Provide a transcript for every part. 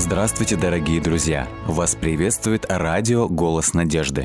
Здравствуйте, дорогие друзья! Вас приветствует радио «Голос надежды».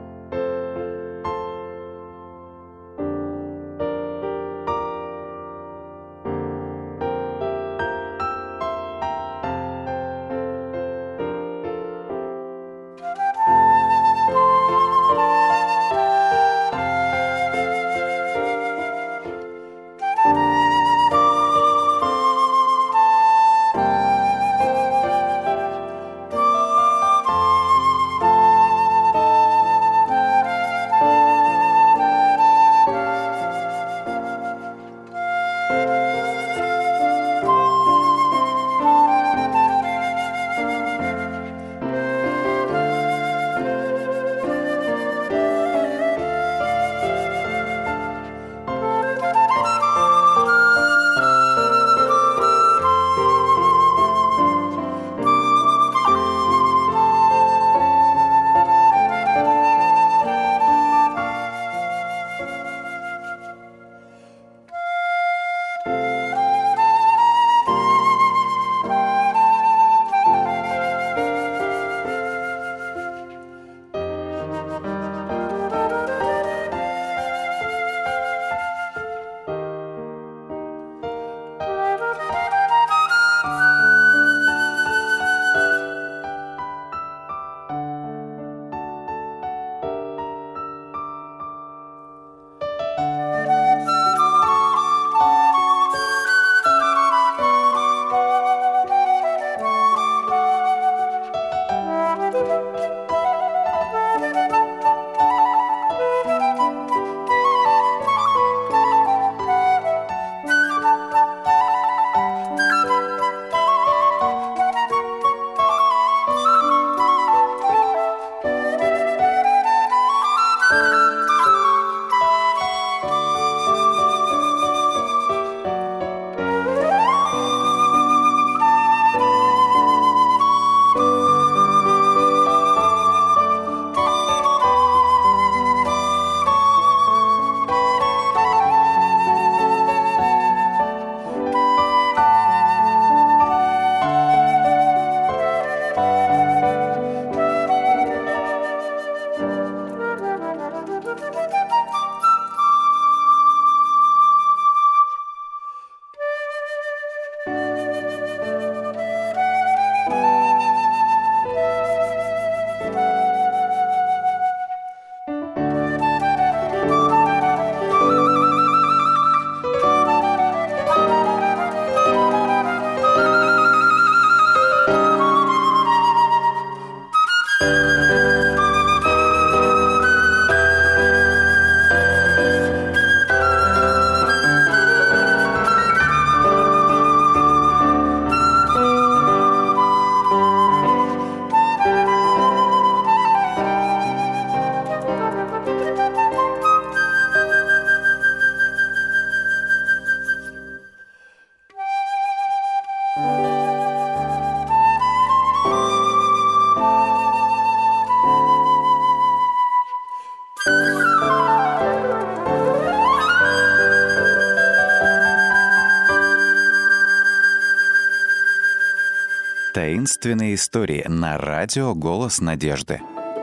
Таинственные истории на радио «Голос надежды».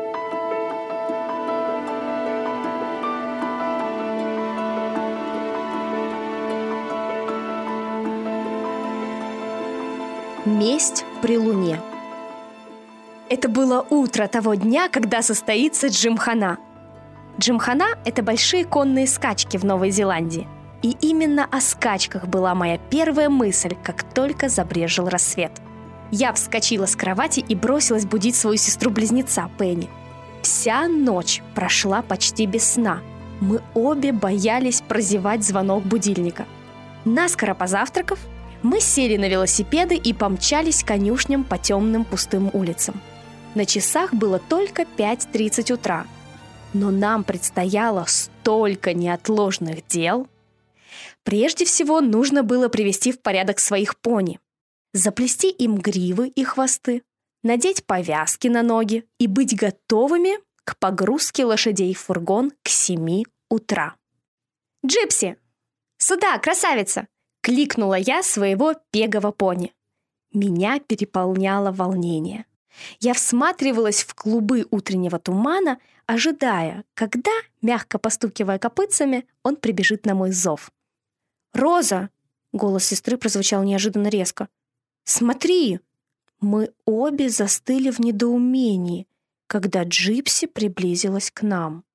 Месть при луне. Это было утро того дня, когда состоится Джимхана. Джимхана – это большие конные скачки в Новой Зеландии. И именно о скачках была моя первая мысль, как только забрезжил рассвет. Я вскочила с кровати и бросилась будить свою сестру-близнеца Пенни. Вся ночь прошла почти без сна. Мы обе боялись прозевать звонок будильника. Наскоро позавтракав, мы сели на велосипеды и помчались к конюшням по темным пустым улицам. На часах было только 5:30 утра. Но нам предстояло столько неотложных дел. Прежде всего, нужно было привести в порядок своих пони, заплести им гривы и хвосты, надеть повязки на ноги и быть готовыми к погрузке лошадей в фургон к 7 утра. «Джипси! Сюда, красавица!» — кликнула я своего пегого пони. Меня переполняло волнение. Я всматривалась в клубы утреннего тумана, ожидая, когда, мягко постукивая копытцами, он прибежит на мой зов. «Роза!» — голос сестры прозвучал неожиданно резко. «Смотри!» Мы обе застыли в недоумении, когда Джипси приблизилась к нам.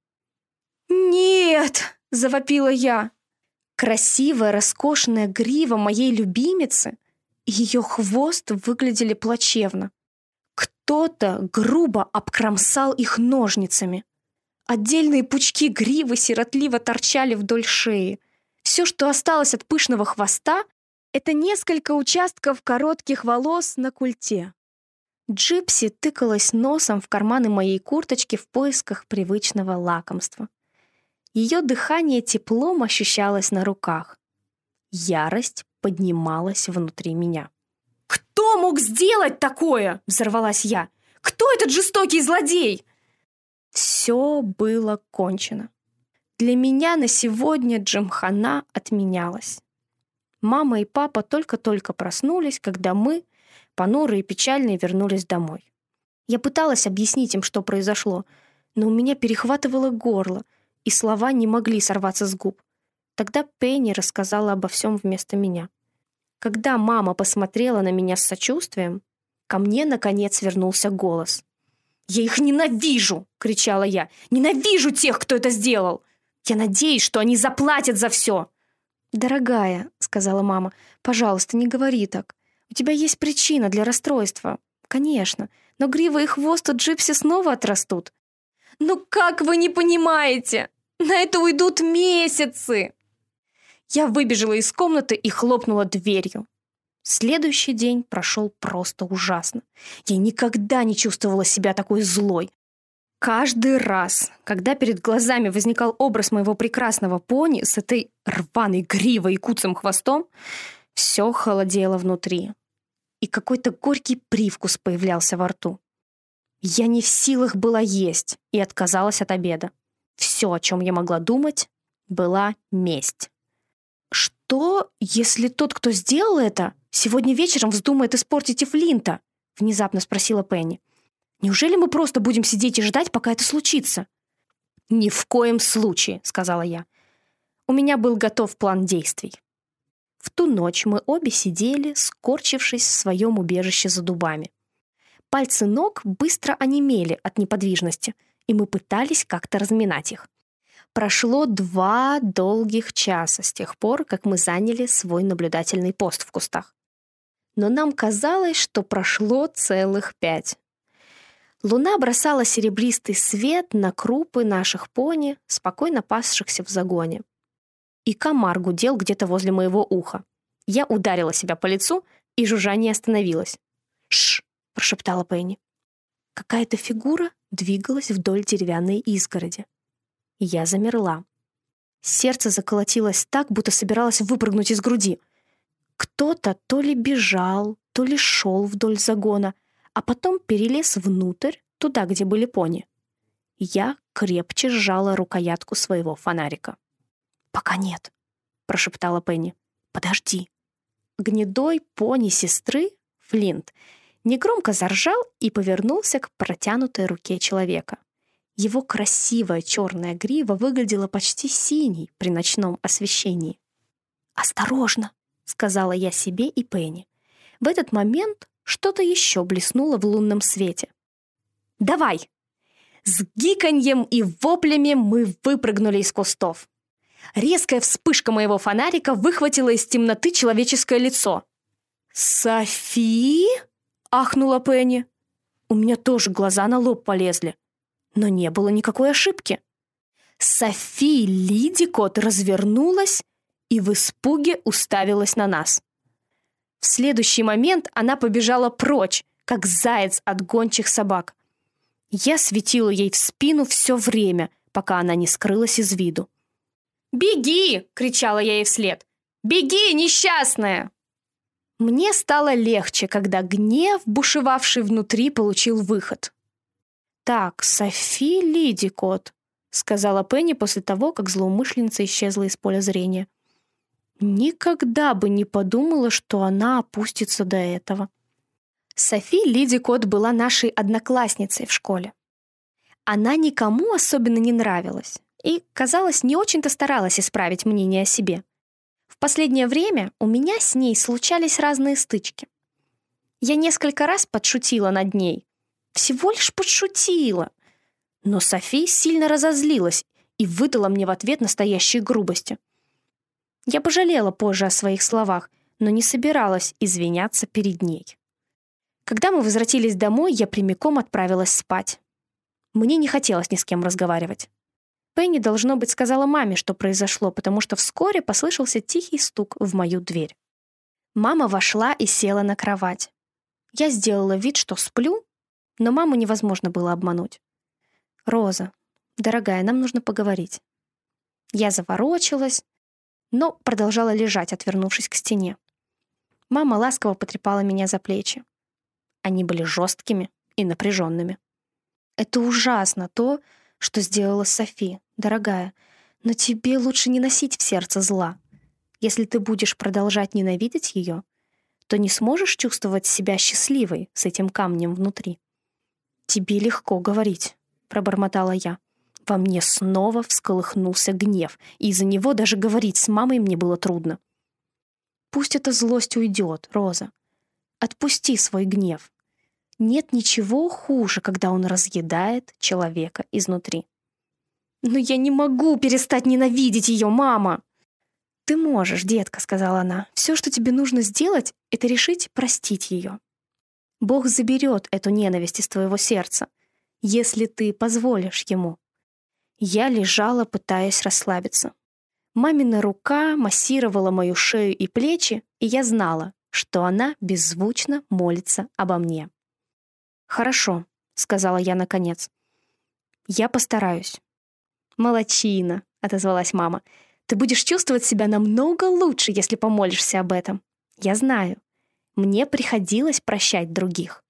«Нет!» — завопила я. Красивая, роскошная грива моей любимицы и ее хвост выглядели плачевно. Кто-то грубо обкромсал их ножницами. Отдельные пучки гривы сиротливо торчали вдоль шеи. Все, что осталось от пышного хвоста, это несколько участков коротких волос на культе. Джипси тыкалась носом в карманы моей курточки в поисках привычного лакомства. Ее дыхание теплом ощущалось на руках. Ярость поднималась внутри меня. «Кто мог сделать такое?» — взорвалась я. «Кто этот жестокий злодей?» Все было кончено. Для меня на сегодня Джимхана отменялась. Мама и папа только-только проснулись, когда мы, понурые и печальные, вернулись домой. Я пыталась объяснить им, что произошло, но у меня перехватывало горло, и слова не могли сорваться с губ. Тогда Пенни рассказала обо всем вместо меня. Когда мама посмотрела на меня с сочувствием, ко мне, наконец, вернулся голос. «Я их ненавижу!» — кричала я. «Ненавижу тех, кто это сделал! Я надеюсь, что они заплатят за все!» «Дорогая», — сказала мама, — «пожалуйста, не говори так. У тебя есть причина для расстройства. Конечно, но грива и хвост у Джипси снова отрастут». «Ну как вы не понимаете? На это уйдут месяцы!» Я выбежала из комнаты и хлопнула дверью. Следующий день прошел просто ужасно. Я никогда не чувствовала себя такой злой. Каждый раз, когда перед глазами возникал образ моего прекрасного пони с этой рваной гривой и куцым хвостом, все холодело внутри. И какой-то горький привкус появлялся во рту. Я не в силах была есть и отказалась от обеда. Все, о чем я могла думать, была месть. «Что, если тот, кто сделал это, сегодня вечером вздумает испортить и Флинта?» — внезапно спросила Пенни. «Неужели мы просто будем сидеть и ждать, пока это случится?» «Ни в коем случае», — сказала я. У меня был готов план действий. В ту ночь мы обе сидели, скорчившись в своем убежище за дубами. Пальцы ног быстро онемели от неподвижности, и мы пытались как-то разминать их. Прошло 2 долгих часа с тех пор, как мы заняли свой наблюдательный пост в кустах. Но нам казалось, что прошло целых 5. Луна бросала серебристый свет на крупы наших пони, спокойно пасшихся в загоне. И комар гудел где-то возле моего уха. Я ударила себя по лицу, и жужжание остановилось. «Шш!» — прошептала Пенни. Какая-то фигура двигалась вдоль деревянной изгороди. Я замерла. Сердце заколотилось так, будто собиралось выпрыгнуть из груди. Кто-то то ли бежал, то ли шел вдоль загона, а потом перелез внутрь, туда, где были пони. Я крепче сжала рукоятку своего фонарика. «Пока нет», — прошептала Пенни. «Подожди». Гнедой пони сестры, Флинт, негромко заржал и повернулся к протянутой руке человека. Его красивая черная грива выглядела почти синей при ночном освещении. «Осторожно!» — сказала я себе и Пенни. В этот момент что-то еще блеснуло в лунном свете. «Давай!» С гиканьем и воплями мы выпрыгнули из кустов. Резкая вспышка моего фонарика выхватила из темноты человеческое лицо. «Софи?» — ахнула Пенни. У меня тоже глаза на лоб полезли. Но не было никакой ошибки. Софи Лидикот развернулась и в испуге уставилась на нас. В следующий момент она побежала прочь, как заяц от гончих собак. Я светила ей в спину все время, пока она не скрылась из виду. «Беги!» — кричала я ей вслед. «Беги, несчастная!» Мне стало легче, когда гнев, бушевавший внутри, получил выход. «Так, Софи Лидикот», — сказала Пенни после того, как злоумышленница исчезла из поля зрения. Никогда бы не подумала, что она опустится до этого. Софи Лидикот была нашей одноклассницей в школе. Она никому особенно не нравилась и, казалось, не очень-то старалась исправить мнение о себе. В последнее время у меня с ней случались разные стычки. Я несколько раз подшутила над ней. Всего лишь подшутила. Но Софи сильно разозлилась и выдала мне в ответ настоящие грубости. Я пожалела позже о своих словах, но не собиралась извиняться перед ней. Когда мы возвратились домой, я прямиком отправилась спать. Мне не хотелось ни с кем разговаривать. Пенни, должно быть, сказала маме, что произошло, потому что вскоре послышался тихий стук в мою дверь. Мама вошла и села на кровать. Я сделала вид, что сплю, но маму невозможно было обмануть. «Роза, дорогая, нам нужно поговорить». Я заворочилась, но продолжала лежать, отвернувшись к стене. Мама ласково потрепала меня за плечи. Они были жесткими и напряженными. «Это ужасно, то, что сделала Софи, дорогая, но тебе лучше не носить в сердце зла. Если ты будешь продолжать ненавидеть ее, то не сможешь чувствовать себя счастливой с этим камнем внутри». «Тебе легко говорить», — пробормотала я. Во мне снова всколыхнулся гнев, и из-за него даже говорить с мамой мне было трудно. «Пусть эта злость уйдет, Роза. Отпусти свой гнев. Нет ничего хуже, когда он разъедает человека изнутри». «Но я не могу перестать ненавидеть ее, мама!» «Ты можешь, детка», — сказала она. «Все, что тебе нужно сделать, это решить простить ее. Бог заберет эту ненависть из твоего сердца, если ты позволишь ему». Я лежала, пытаясь расслабиться. Мамина рука массировала мою шею и плечи, и я знала, что она беззвучно молится обо мне. «Хорошо», — сказала я наконец. «Я постараюсь». «Молодчина», — отозвалась мама. «Ты будешь чувствовать себя намного лучше, если помолишься об этом. Я знаю. Мне приходилось прощать других».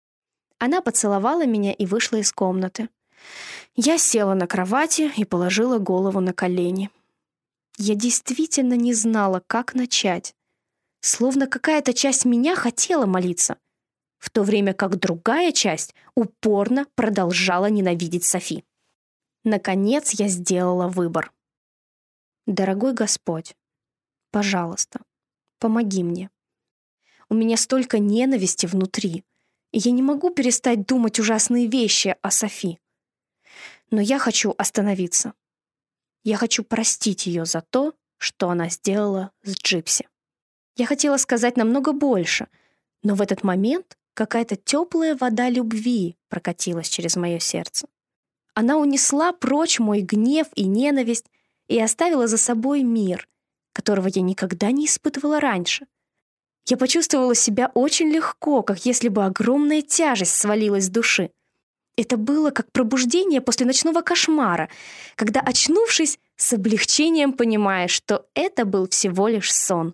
Она поцеловала меня и вышла из комнаты. Я села на кровати и положила голову на колени. Я действительно не знала, как начать. Словно какая-то часть меня хотела молиться, в то время как другая часть упорно продолжала ненавидеть Софи. Наконец я сделала выбор. «Дорогой Господь, пожалуйста, помоги мне. У меня столько ненависти внутри, и я не могу перестать думать ужасные вещи о Софи. Но я хочу остановиться. Я хочу простить ее за то, что она сделала с Джипси». Я хотела сказать намного больше, но в этот момент какая-то теплая вода любви прокатилась через мое сердце. Она унесла прочь мой гнев и ненависть и оставила за собой мир, которого я никогда не испытывала раньше. Я почувствовала себя очень легко, как если бы огромная тяжесть свалилась с души. Это было как пробуждение после ночного кошмара, когда, очнувшись, с облегчением понимаешь, что это был всего лишь сон.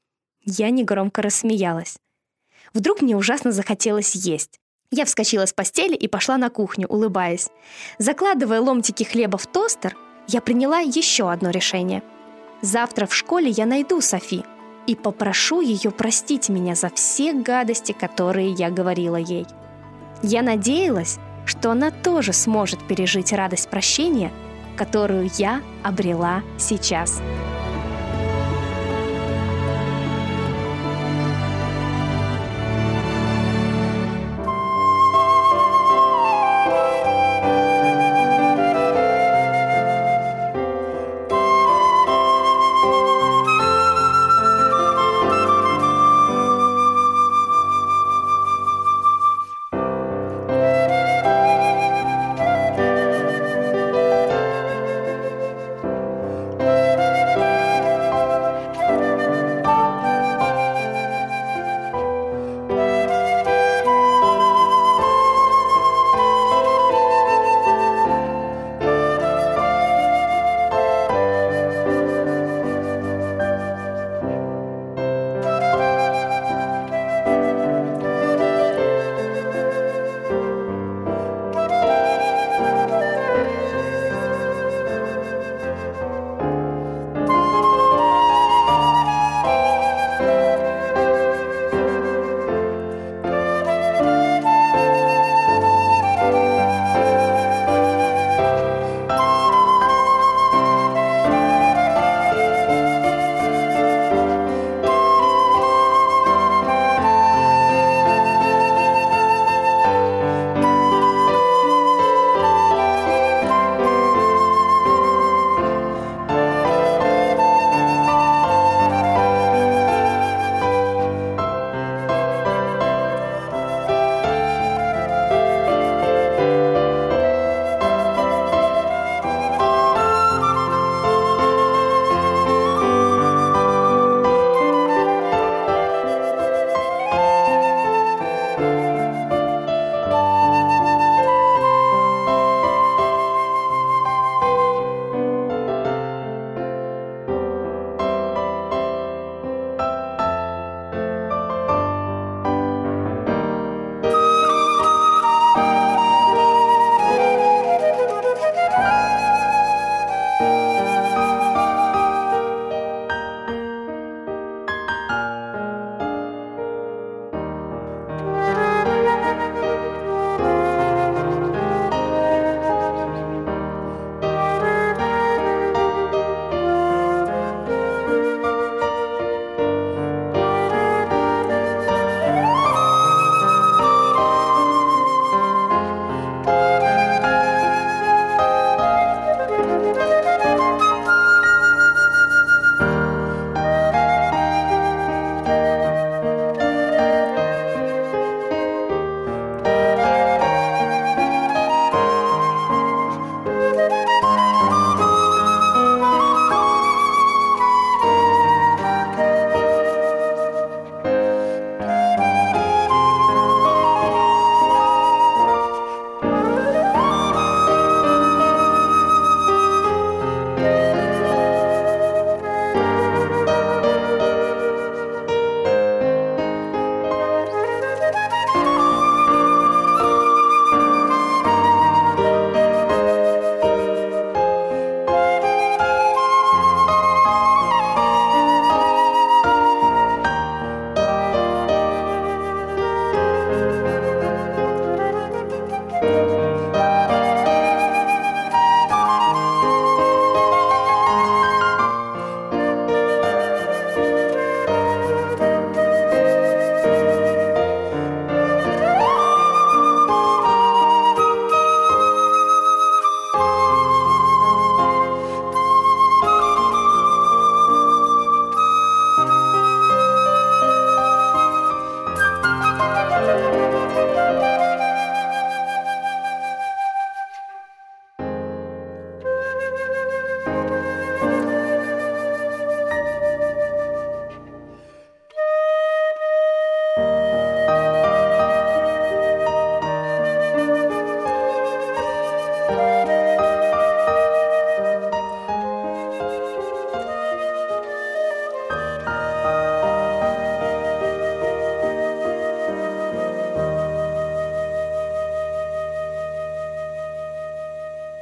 Я негромко рассмеялась. Вдруг мне ужасно захотелось есть. Я вскочила с постели и пошла на кухню, улыбаясь. Закладывая ломтики хлеба в тостер, я приняла еще одно решение. Завтра в школе я найду Софи и попрошу ее простить меня за все гадости, которые я говорила ей. Я надеялась, что она тоже сможет пережить радость прощения, которую я обрела сейчас.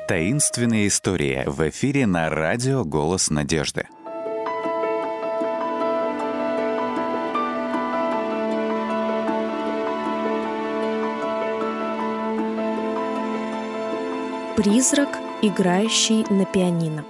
Таинственные истории в эфире на радио «Голос надежды». Призрак, играющий на пианино.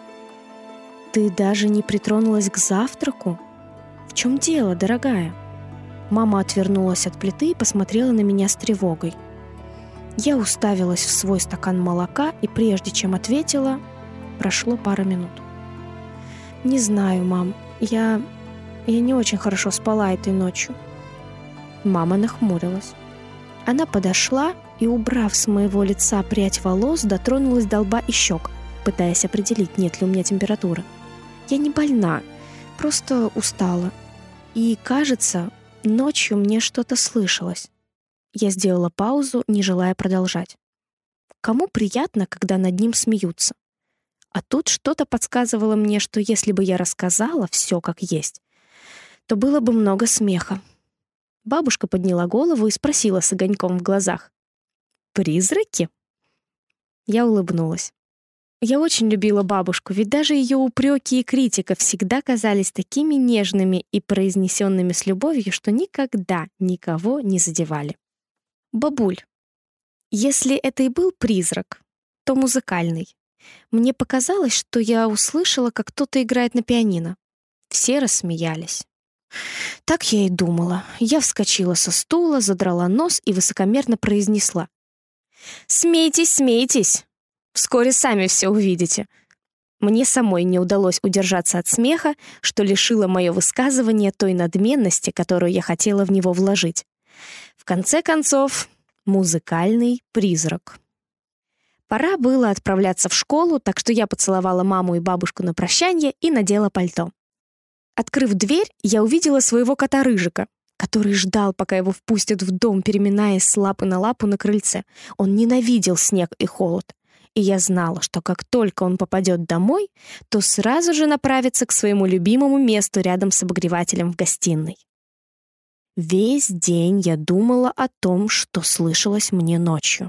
Ты даже не притронулась к завтраку? В чем дело, дорогая? Мама отвернулась от плиты и посмотрела на меня с тревогой. Я уставилась в свой стакан молока, и прежде чем ответила, прошло пара минут. «Не знаю, мам, я не очень хорошо спала этой ночью». Мама нахмурилась. Она подошла и, убрав с моего лица прядь волос, дотронулась до лба и щек, пытаясь определить, нет ли у меня температуры. Я не больна, просто устала. И, кажется, ночью мне что-то слышалось. Я сделала паузу, не желая продолжать. Кому приятно, когда над ним смеются? А тут что-то подсказывало мне, что если бы я рассказала все как есть, то было бы много смеха. Бабушка подняла голову и спросила с огоньком в глазах: «Призраки?» Я улыбнулась. Я очень любила бабушку, ведь даже ее упреки и критика всегда казались такими нежными и произнесенными с любовью, что никогда никого не задевали. «Бабуль, если это и был призрак, то музыкальный. Мне показалось, что я услышала, как кто-то играет на пианино». Все рассмеялись. Так я и думала. Я вскочила со стула, задрала нос и высокомерно произнесла: «Смейтесь, смейтесь! Вскоре сами все увидите». Мне самой не удалось удержаться от смеха, что лишило мое высказывание той надменности, которую я хотела в него вложить. В конце концов, музыкальный призрак. Пора было отправляться в школу, так что я поцеловала маму и бабушку на прощание и надела пальто. Открыв дверь, я увидела своего кота Рыжика, который ждал, пока его впустят в дом, переминаясь с лапы на лапу на крыльце. Он ненавидел снег и холод. И я знала, что как только он попадет домой, то сразу же направится к своему любимому месту рядом с обогревателем в гостиной. Весь день я думала о том, что слышалось мне ночью.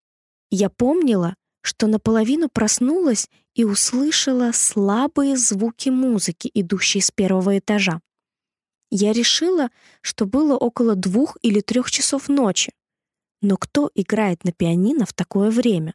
Я помнила, что наполовину проснулась и услышала слабые звуки музыки, идущие с первого этажа. Я решила, что было около 2 или 3 часов ночи. Но кто играет на пианино в такое время?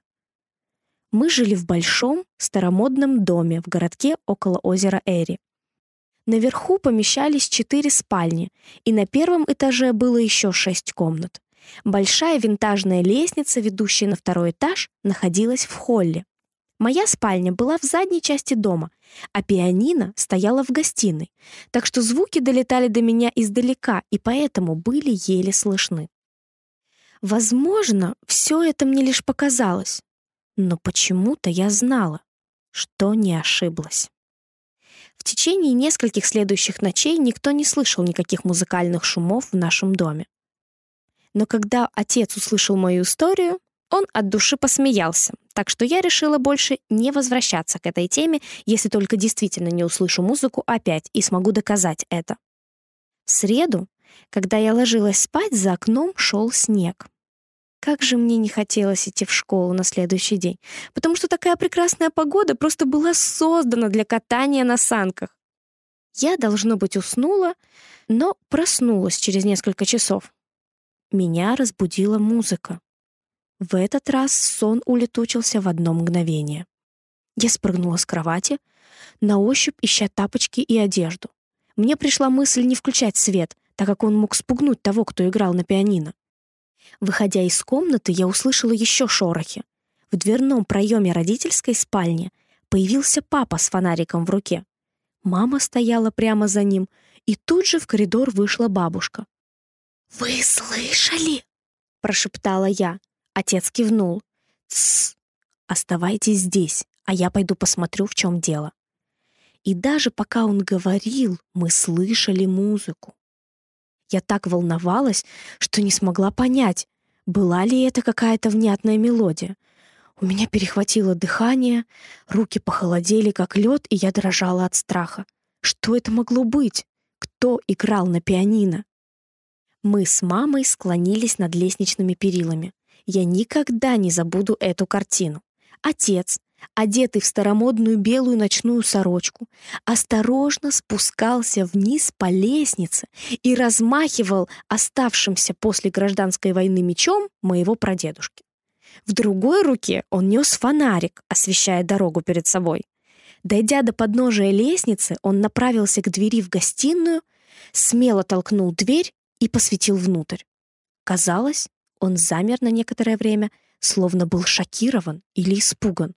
Мы жили в большом, старомодном доме в городке около озера Эри. Наверху помещались 4 спальни, и на первом этаже было еще 6 комнат. Большая винтажная лестница, ведущая на 2-й этаж, находилась в холле. Моя спальня была в задней части дома, а пианино стояло в гостиной, так что звуки долетали до меня издалека и поэтому были еле слышны. Возможно, все это мне лишь показалось, но почему-то я знала, что не ошиблась. В течение нескольких следующих ночей никто не слышал никаких музыкальных шумов в нашем доме. Но когда отец услышал мою историю, он от души посмеялся, так что я решила больше не возвращаться к этой теме, если только действительно не услышу музыку опять и смогу доказать это. В среду, когда я ложилась спать, за окном шел снег. Как же мне не хотелось идти в школу на следующий день, потому что такая прекрасная погода просто была создана для катания на санках. Я, должно быть, уснула, но проснулась через несколько часов. Меня разбудила музыка. В этот раз сон улетучился в одно мгновение. Я спрыгнула с кровати, на ощупь ища тапочки и одежду. Мне пришла мысль не включать свет, так как он мог спугнуть того, кто играл на пианино. Выходя из комнаты, я услышала еще шорохи. В дверном проеме родительской спальни появился папа с фонариком в руке. Мама стояла прямо за ним, и тут же в коридор вышла бабушка. «Вы слышали?» — прошептала я. Отец кивнул. «Тссс, оставайтесь здесь, а я пойду посмотрю, в чем дело». И даже пока он говорил, мы слышали музыку. Я так волновалась, что не смогла понять, была ли это какая-то внятная мелодия. У меня перехватило дыхание, руки похолодели, как лед, и я дрожала от страха. Что это могло быть? Кто играл на пианино? Мы с мамой склонились над лестничными перилами. Я никогда не забуду эту картину. Отец, одетый в старомодную белую ночную сорочку, осторожно спускался вниз по лестнице и размахивал оставшимся после гражданской войны мечом моего прадедушки. В другой руке он нес фонарик, освещая дорогу перед собой. Дойдя до подножия лестницы, он направился к двери в гостиную, смело толкнул дверь и посветил внутрь. Казалось, он замер на некоторое время, словно был шокирован или испуган.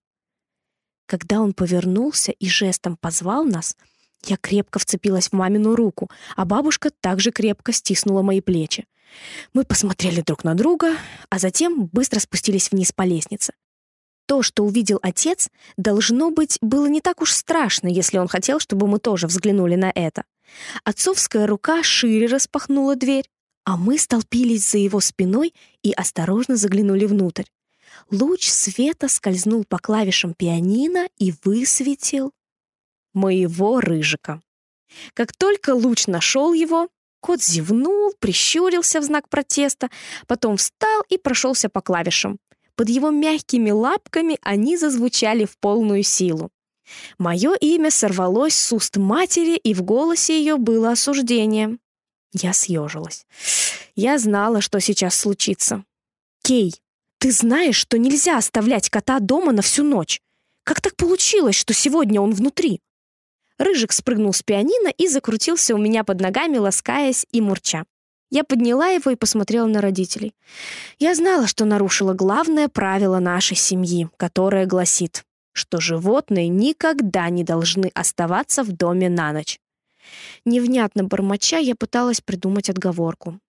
Когда он повернулся и жестом позвал нас, я крепко вцепилась в мамину руку, а бабушка также крепко стиснула мои плечи. Мы посмотрели друг на друга, а затем быстро спустились вниз по лестнице. То, что увидел отец, должно быть, было не так уж страшно, если он хотел, чтобы мы тоже взглянули на это. Отцовская рука шире распахнула дверь, а мы столпились за его спиной и осторожно заглянули внутрь. Луч света скользнул по клавишам пианино и высветил моего Рыжика. Как только луч нашел его, кот зевнул, прищурился в знак протеста, потом встал и прошелся по клавишам. Под его мягкими лапками они зазвучали в полную силу. Мое имя сорвалось с уст матери, и в голосе ее было осуждение. Я съежилась. Я знала, что сейчас случится. «Кей, ты знаешь, что нельзя оставлять кота дома на всю ночь. Как так получилось, что сегодня он внутри?» Рыжик спрыгнул с пианино и закрутился у меня под ногами, ласкаясь и мурча. Я подняла его и посмотрела на родителей. Я знала, что нарушила главное правило нашей семьи, которое гласит, что животные никогда не должны оставаться в доме на ночь. Невнятно бормоча, я пыталась придумать отговорку.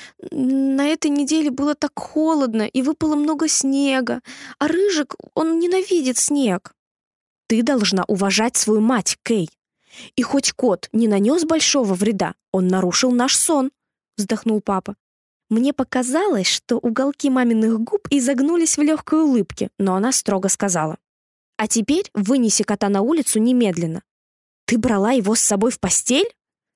На этой неделе было так холодно, и выпало много снега, а Рыжик, он ненавидит снег. Ты должна уважать свою мать, Кей. И хоть кот не нанес большого вреда, он нарушил наш сон, вздохнул папа. Мне показалось, что уголки маминых губ изогнулись в легкой улыбке, но она строго сказала: «А теперь вынеси кота на улицу немедленно». «Ты брала его с собой в постель?»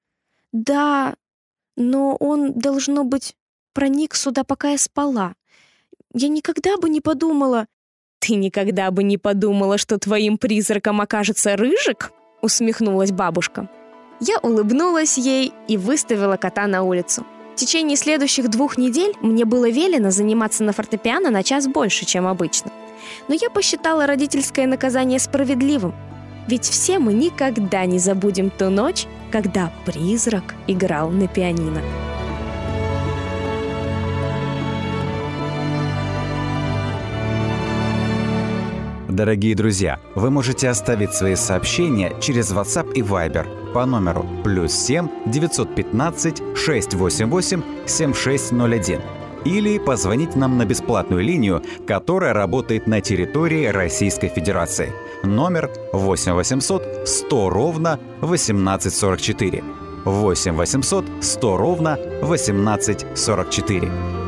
«Да, но он, должно быть, проник сюда, пока я спала. Я никогда бы не подумала...» «Ты никогда бы не подумала, что твоим призраком окажется Рыжик?» — усмехнулась бабушка. Я улыбнулась ей и выставила кота на улицу. В течение следующих 2 недель мне было велено заниматься на фортепиано на час больше, чем обычно. Но я посчитала родительское наказание справедливым. Ведь все мы никогда не забудем ту ночь, когда призрак играл на пианино. Дорогие друзья, вы можете оставить свои сообщения через WhatsApp и Viber по номеру +7 915 688 7601 или позвонить нам на бесплатную линию, которая работает на территории Российской Федерации. Номер 8 800 100 ровно 1844. 8 800 100 ровно 1844.